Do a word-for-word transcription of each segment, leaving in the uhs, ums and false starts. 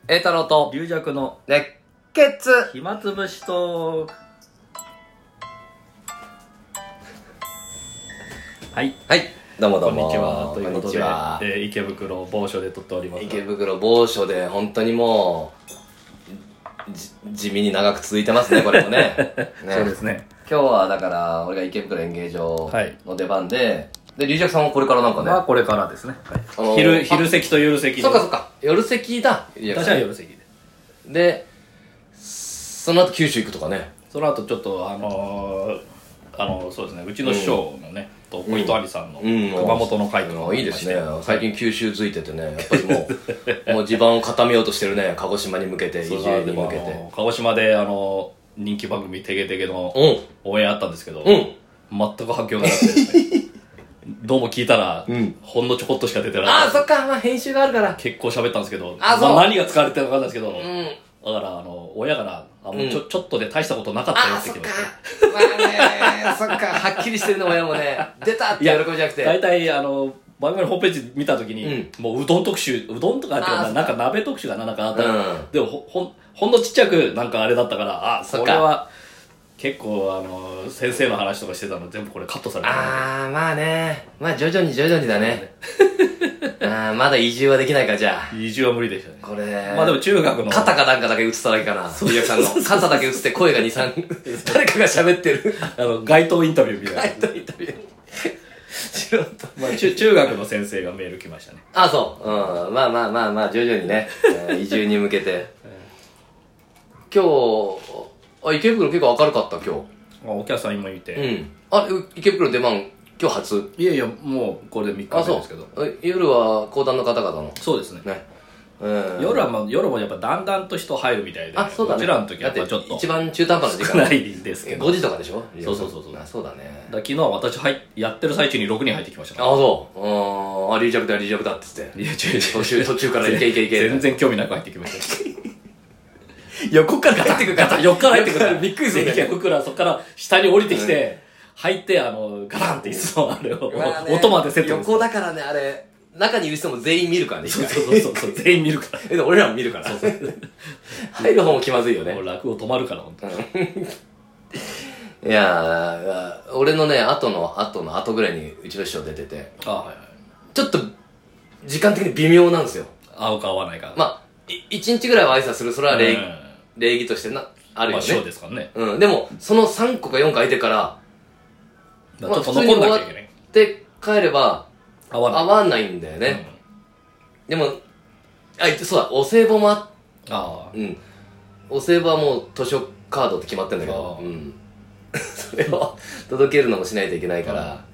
栄太郎と龍弱の熱血暇つぶしとはいはい、どうもどうもこんにちはということで、 こんにちはえー池袋某所で撮っております。 池袋某所で本当にもうじ地味に長く続いてますね、これもねねそうですね。 今日はだから俺が池袋演芸場の出番で、で龍尺さんもこれからなんかね、 まあこれからですね、はいあのー昼昼席と夜席で。 そっかそっか、夜席だ。 私は夜席で。 でその後九州行くとかね。 その後ちょっとあのー、あのー、そうですね、うちの師匠のね、と小糸有さんの熊本の会とかもうん、いいですね。最近九州ついててね、やっぱりもうもう地盤を固めようとしてるね、鹿児島に向けて、移そう住に向けでもあて。 の鹿児島であの人気番組「てげてげ」のうん応援あったんですけど、 うん全く反響がなくてですねどうも聞いたら、 うんほんのちょこっとしか出てなああ、 かった。 そっか、まあ編集があるから。 結構喋ったんですけど、 あそうまあ、何が使われてるのか分かんないですけど、 うん。 だからあの親からあもうちょ,、 うんちょっとで大したことなかったよああ、そっかってきまし。 まあね、そっか、はっきりしてるの親もね、出たって喜びじゃなくて。 大体あの番組のホームページ見たときに、 うんもううどん特集、うどんとかっていうかあーな、なんか鍋特集がななんかあった、 うんでもほほんほんのちっちゃくなんかあれだったから、あそっかこれは結構あの先生の話とかしてたの全部これカットされてる。 ああ、まあね。まあ徐々に徐々にだね。ああ、まだ移住はできないか、じゃあ。 移住は無理でしたね。 これ。 まあでも中学の肩かなんかだけ映っただけかな。リアさんの。肩だけ映って声がに、さん、誰かが喋ってる。 あの街頭インタビューみたいな。 ライトインタビュー。素人。 まあ、中中学の先生がメール来ましたね。 あ、そう。うん。まあまあまあまあ、徐々にね、えー移住に向けて。今日、あ、池袋結構明るかった、今まあ、お客さん今いて、 日。うん。あ、う池袋出番、今日初。 いやいやもうこれでみっかあ、そうめですけど。。 え夜は講談の方々の。 そうですね。 ね。うん。 夜は、まあ、夜もやっぱだんだんと人入るみたいで、 あ、そうだね。 うちらの時はやっぱちょっとだて一番中途半端な時間。 少ないですけど、 ごじとかでしょ。 そうそうそうそうあ、そうだね。 だから昨日は私入っやってる最中にろくにん入ってきましたあ、 から。 そう。うん。あ、リージャクだ、リージャクだって言って。 いや違う違う途中、途中からいけいけいけ。 全然興味なく入ってきました横から入ってくるガタ横から入ってくるびっくりするね。 で僕らそこから下に降りてきて、入ってあのガタンっていつもあれを、 まあね音までセットです。 横だからね、あれ。中にいる人も全員見るからね、一そう回そうそうそう全員見るからえ、でも俺らも見るから。入る方も気まずいよねもう。落語止まるから本当に。 いやー、俺のね、後の、後の後ぐらいにうちの師匠出てて、 あはいはい。 ちょっと、時間的に微妙なんですよ。 合うか合わないか。 まあ、い一日ぐらいは挨拶する、それは礼儀、 うん礼儀としてな、あるよまあ、ショーね。 ですからね。 うん、でも、そのさんこかよんこ空いてから、 だからちょっと残んなきゃいけない。 で、帰れば、 合わない。 合わないんだよね。でも、あ、そうだ、お歳暮もあっああ。 うん。お歳暮はもう図書カードって決まってんだけど、 あーうん。それを届けるのもしないといけないから、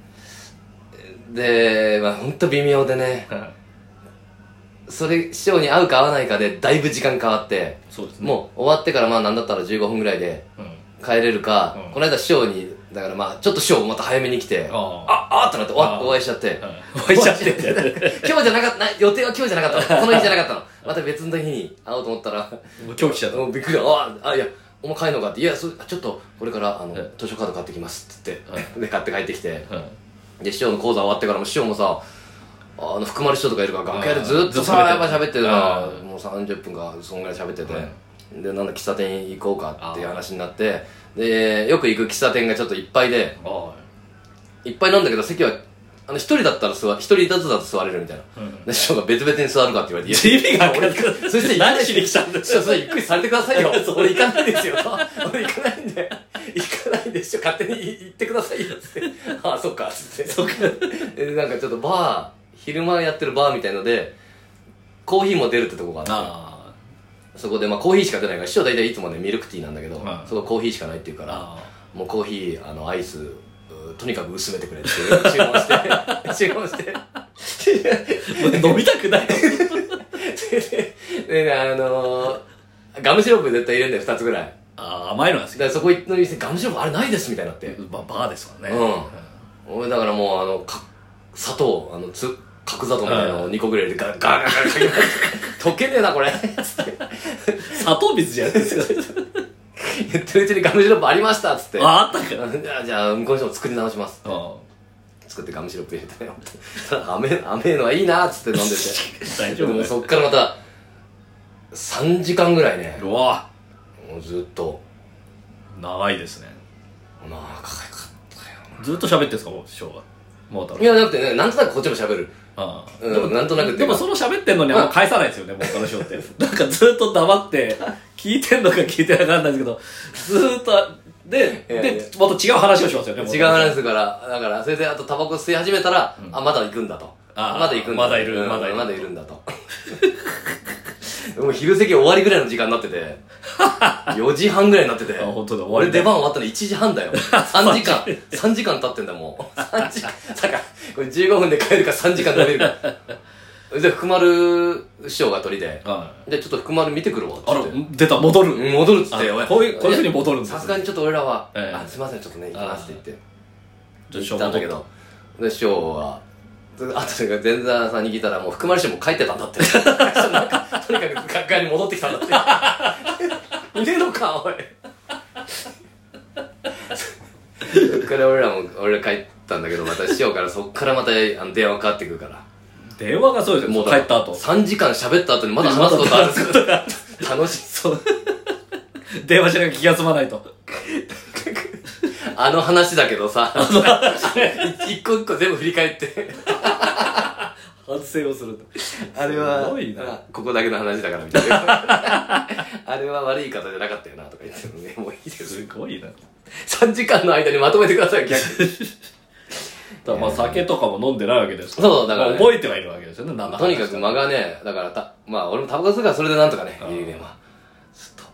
で、まあほんと微妙でね、それ、師匠に会うか会わないかでだいぶ時間変わって、 そうですね。 もう終わってからまあなんだったらじゅうごふんぐらいでうん。 帰れるか、 うんこの間師匠に、だからまあちょっと師匠また早めに来て、 ああ、あーってなっておあーお会いしちゃって、 お会いしちゃって。 今日じゃなかった、な予定は今日じゃなかったの。この日じゃなかったの。また別の日に会おうと思ったら、 もう狂気しちゃった。 もうびっくりだ。あ、あ、いや、お前帰るのかって。いや、そちょっと、これから、あのえ、 図書カード買ってきますって言って、で、買って帰ってきて。 うん。 で、師匠の講座終わってからも、師匠もさ、あの、福丸師匠とかいるから、楽屋でずっとさ、 ずっと喋ってるやっぱ喋ってるなう。 もうさんじゅっぷんか、そんぐらい喋ってて。 はで、なんだ、喫茶店行こうかっていう話になって、で、よく行く喫茶店がちょっといっぱいで、 あいっぱいなんだけど、席は、あの、一人だったら座、一人ずつだと座れるみたいな。 うんで、師匠が別々に座るかって言われて、いや意味が分かんないそして何しに来たんだよ師匠、それゆっくりされてくださいよ。俺行かないですよ。俺行かないんで、行かないんですよ。勝手に行ってくださいよ。つって。ああ、そっか。つって。 そっか。 で、なんかちょっとバー、昼間やってるバーみたいので、コーヒーも出るってとこがあって、 あそこでまあコーヒーしか出ないから、師匠大体いつもね、ミルクティーなんだけど、 うんそこコーヒーしかないって言うから、 あ。 もうコーヒー、あの、アイス、うとにかく薄めてくれっていう注文して、注文して。 飲みたくない。 でね、あのー、ガムシロップ絶対入れんだよ、二つぐらい。 ああ、甘いのが好き。 だからそこの店、ガムシロップあれないですみたいになって。 まあ、バーですからね。 うん。俺だからもう、あの、か砂糖、あの、つ、角砂糖みたいなのをにこぐらいでガーガーガーガーかけまして溶けねえな、これ。つって砂糖水じゃないですか。 言ってるうちにガムシロップありましたっつって。 あ、あったか。 じゃあ、じゃあ、向こうの人も作り直します。 あ作ってガムシロップ入れてね。甘え、甘えのはいいなっつって飲んでて。 大丈夫でもそっからまた、 さんじかんぐらいね。 うわもうずっと。 長いですね。 長かったよ。 ずっと喋ってんすか、もう師匠は。もういや、なくてね、なんとなくこっちも喋る。 ああ、 うん、でもなんとなくってでもその喋ってんのにあんま返さないですよね、もう他の師匠ってなんかずっと黙って聞いてんのか聞いてなかったんですけど、ずーっとでいやいやでまた違う話をしますよね。 違う話するから、だからそれであとタバコ吸い始めたら、うん、あまだ行くんだと。 あまだ行くんだ。 まだいる、 うん、 まだいるまだいるんだと。もう昼席終わりぐらいの時間になってて、よじはんぐらいになってて、 あ、本当だ、 俺出番終わったのいちじはんだよ。さんじかん、さんじかん経ってんだもう。さんじかん、だからこれじゅうごふんで帰るかさんじかん伸びるか。で、福丸師匠が鳥で、はい、で、ちょっと福丸見てくるわって。 あら、出た、戻る。 戻るっつって、 こういう、こういうふうに戻るんですさすがにちょっと俺らは、 ええ、 あ、すいません、ちょっとね、行きますって言って。 じゃあ、 行ったんだけど、で、師匠は、あとで前座さんに聞いたら、もう福丸師匠も帰ってたんだって。なんかとにかく楽屋に戻ってきたんだって。いねえのか、おい。そっから俺らも、俺ら帰ったんだけど、また師匠からそっからまたあの電話かかってくるから。 電話がそうですよ、もう帰った後。 さんじかん喋った後にまだ話すことあるんですか楽しそう。 電話しなきゃ気が済まないと。 あの話だけどさ、一個一個全部振り返って。 反省をすると。 あれは、 すごいな。 ここだけの話だからみたいな。あれは悪い言い方じゃなかったよなとか言ってもね、もういいです。 すごいな。 さんじかんの間にまとめてください、逆に。 だまあ酒とかも飲んでないわけですからそうだから、 ね、覚えてはいるわけですよね。 とにかく間がね、だからたまあ俺もタバコ吸うからそれでなんとかねいいね、まあずっと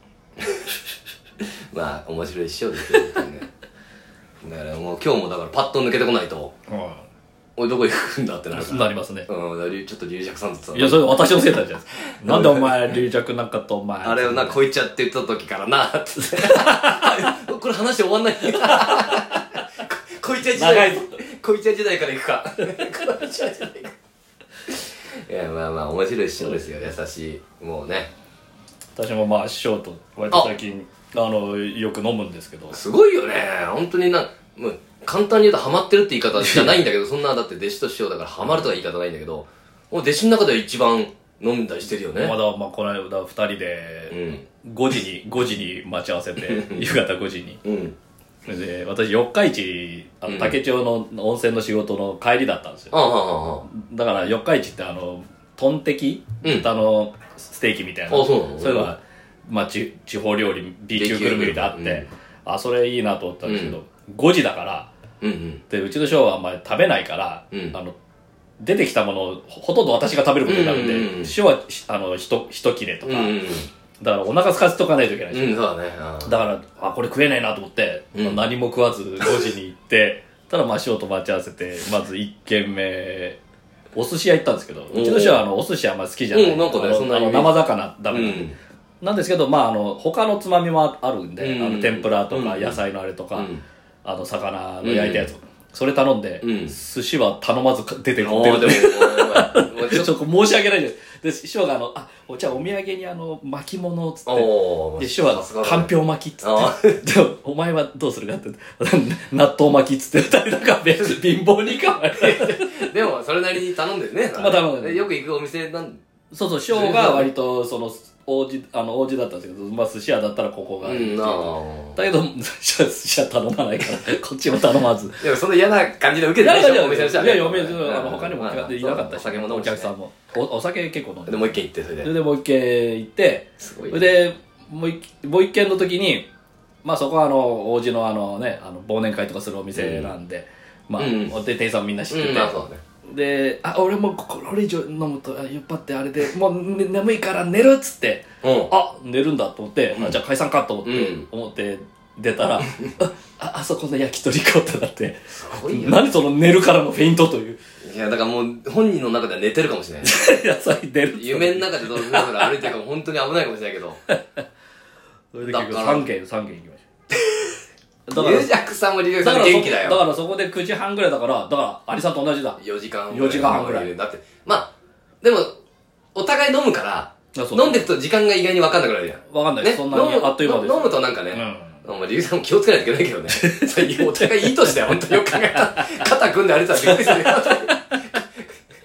まあ面白い師匠ですよね。だからもう今日もだからパッと抜けてこないと、うん、俺どこ行くんだってなるからなりますね。 うん、ちょっと龍尺さんといやそれ私のせいだじゃないですか。なんでお前龍尺なんかとお前あれをなこいちゃって言った時からなってこれ話終わんないこいちゃ時代こいちゃ時代から行くかこいちゃ時代かいやまあまあ面白い師匠ですよ、優しい。もうね私もまあ師匠と割と最近あのよく飲むんですけど、 すごいよね本当にな。もう簡単に言うとハマってるって言い方じゃないんだけどそんなだって弟子と師匠だからハマるとか言い方ないんだけど、もう弟子の中では一番飲んだりしてるよね。 まだまあこの間ふたりでごじにごじに待ち合わせて夕方ごじに、うんで私四日市あの竹町の温泉の仕事の帰りだったんですよ、うん、だから四日市ってあのトンテキ、うん、あのステーキみたいな、 あ、そうなの？ そういうのが、まあ、地, 地方料理 B 級グルメであって、うん、あそれいいなと思ったんですけど、うん、ごじだから、うんうん、でうちの師匠はあんまり食べないから、うん、あの出てきたものをほとんど私が食べることになるんで、うんうんうん、師匠はあのひと一切れとか、うんうんうん、だからお腹空かせとかないといけないし、 うん、そうだね。 だからあこれ食えないなと思って、うん、何も食わずごじに行ってただまあ師匠と待ち合わせてまずいっ軒目お寿司屋行ったんですけど、うちの師匠はあのお寿司あんまり好きじゃない、うん、なんかね、そんな生魚ダメなんで、うん、なんですけどまああの他のつまみもあるんで、うん、あの天ぷらとか野菜のあれとか、うん、あの魚の焼いたやつ、うん、それ頼んで、うん、寿司は頼まず出てくるんでちょっと申し訳ないです。で師匠があのあじゃあお土産にあの巻物っつってで師匠はかんぴょう巻きっつってでお前はどうするかって納豆巻きっつって二人なんか貧乏にかわいでもそれなりに頼んでるね。まあ頼んでよく行くお店なんそうそう師匠が割とその王子あの王子だったんですけど、まあ寿司屋だったらここがいいっていう、うん、だけど寿司屋頼まないからこっちも頼まずでもその嫌な感じで受けてないでしょお店の人はね。 いやいやお店の他にもいなかったし、お酒もお客さんも お, お酒結構飲んででもう一軒行ってそれでそれでもう一軒行ってすごい、ね、でもう一もう一軒の時にまあそこはあの王子のあのねあの忘年会とかするお店なんで、うん、まあ、うん、で店員さんもみんな知ってて、うんまあそうね、で、あ、俺もこれ以上飲むと酔っ払ってあれでもう、ね、眠いから寝るっつって、うん、あ、寝るんだと思って、うん、あじゃあ解散かと思って、うん、思って出たら、あ、あそこの焼き鳥行こうってなって、すごいよ何その寝るからのフェイントという。 いやだからもう本人の中では寝てるかもしれない。 いや、それ寝る。 夢の中でどうふらふら歩いてるから本当に危ないかもしれないけど。 それで結局さん軒、さん軒行きました。 龍尺さんも龍尺さんも元気だよ。 だからそこでくじはんぐらいだから、だから有さんと同じだ。 よじかんよじかんぐらい。 だって、まあ、でも、お互い飲むから、飲んでると時間が意外に分かんなくなるじゃん。 分かんないです。そんなにあっという間です。 飲むとなんかね、まあ龍尺さんも気をつけないといけないけどね。お互いいい年だよ、本当によく考えたら。肩組んであれさ、びっくりするよ。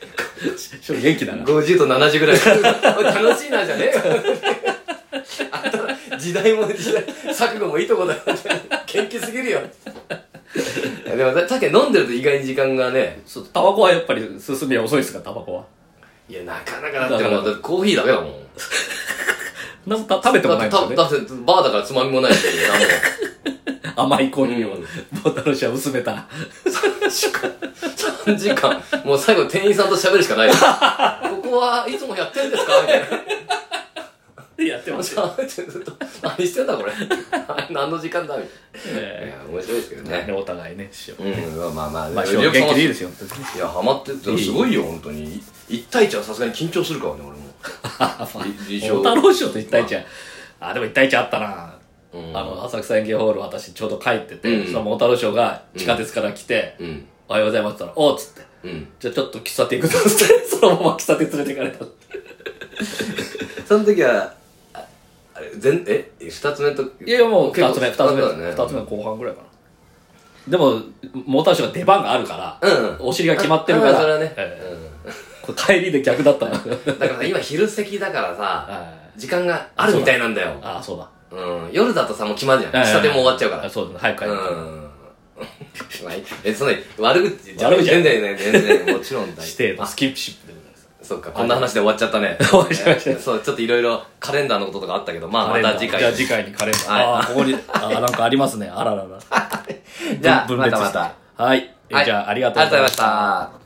師匠元気だな。 ごじゅうとななじゅうぐらい。楽しいなじゃねえよ。あんた時代も時代、錯誤もいいとこだよ。元気すぎるよ。でも確かに飲んでると意外に時間がね。 そう、タバコはやっぱり進みは遅いですか、タバコは。 いや、なかなかだってもう、コーヒーだけだもん。 なんか食べてもないんですよね。 だって、バーだからつまみもないし、 甘いコーヒーを、ボタロシは薄めた。 さんじかん。もう最後店員さんと喋るしかない。ここはいつもやってんですかみたいな。 やってますよ。 何してんだこれ。何の時間だみたいな。いや、面白いですけどね。 お互いね、師匠。 うん、まあまあ、 まあ、師匠元気でいいですよ。 いや、ハマってて、すごいよ、本当に。一対一はさすがに緊張するからね、俺も。 小太郎師匠と一対一は。あ、でも一対一あったな。あの、浅草演芸ホール私ちょうど帰ってて、その小太郎師匠が地下鉄から来て、おはようございますって言ったら、おうっつって。じゃあちょっと喫茶店行くぞっつって、そのまま喫茶店連れてかれた。 その時は、あれ、全、え二つ目と。 いやいやもう二つ目、二つ目、二つ目後半ぐらいかな。でも、モーターショーが出番があるから、お尻が決まってるから、 それはね。 帰りで逆だったの。だから今昼席だからさ、時間があるみたいなんだよ。 ああ、そうだ。 うん、夜だとさ、もう決まるじゃん。喫茶店も終わっちゃうから。 そうだね、早く帰る。うん。 え、そんなに悪口悪口全然ね、全然、もちろん大指定のスキップシップでございます。 そっか、こんな話で終わっちゃったね。 終わっちゃいました。 そう、ちょっといろいろカレンダーのこととかあったけど、まあまた次回。 じゃあ次回にカレンダー。ああ、ここに、ああ、なんかありますね。あららら。 じゃあ、またまた。 はい。じゃあ、ありがとうございました。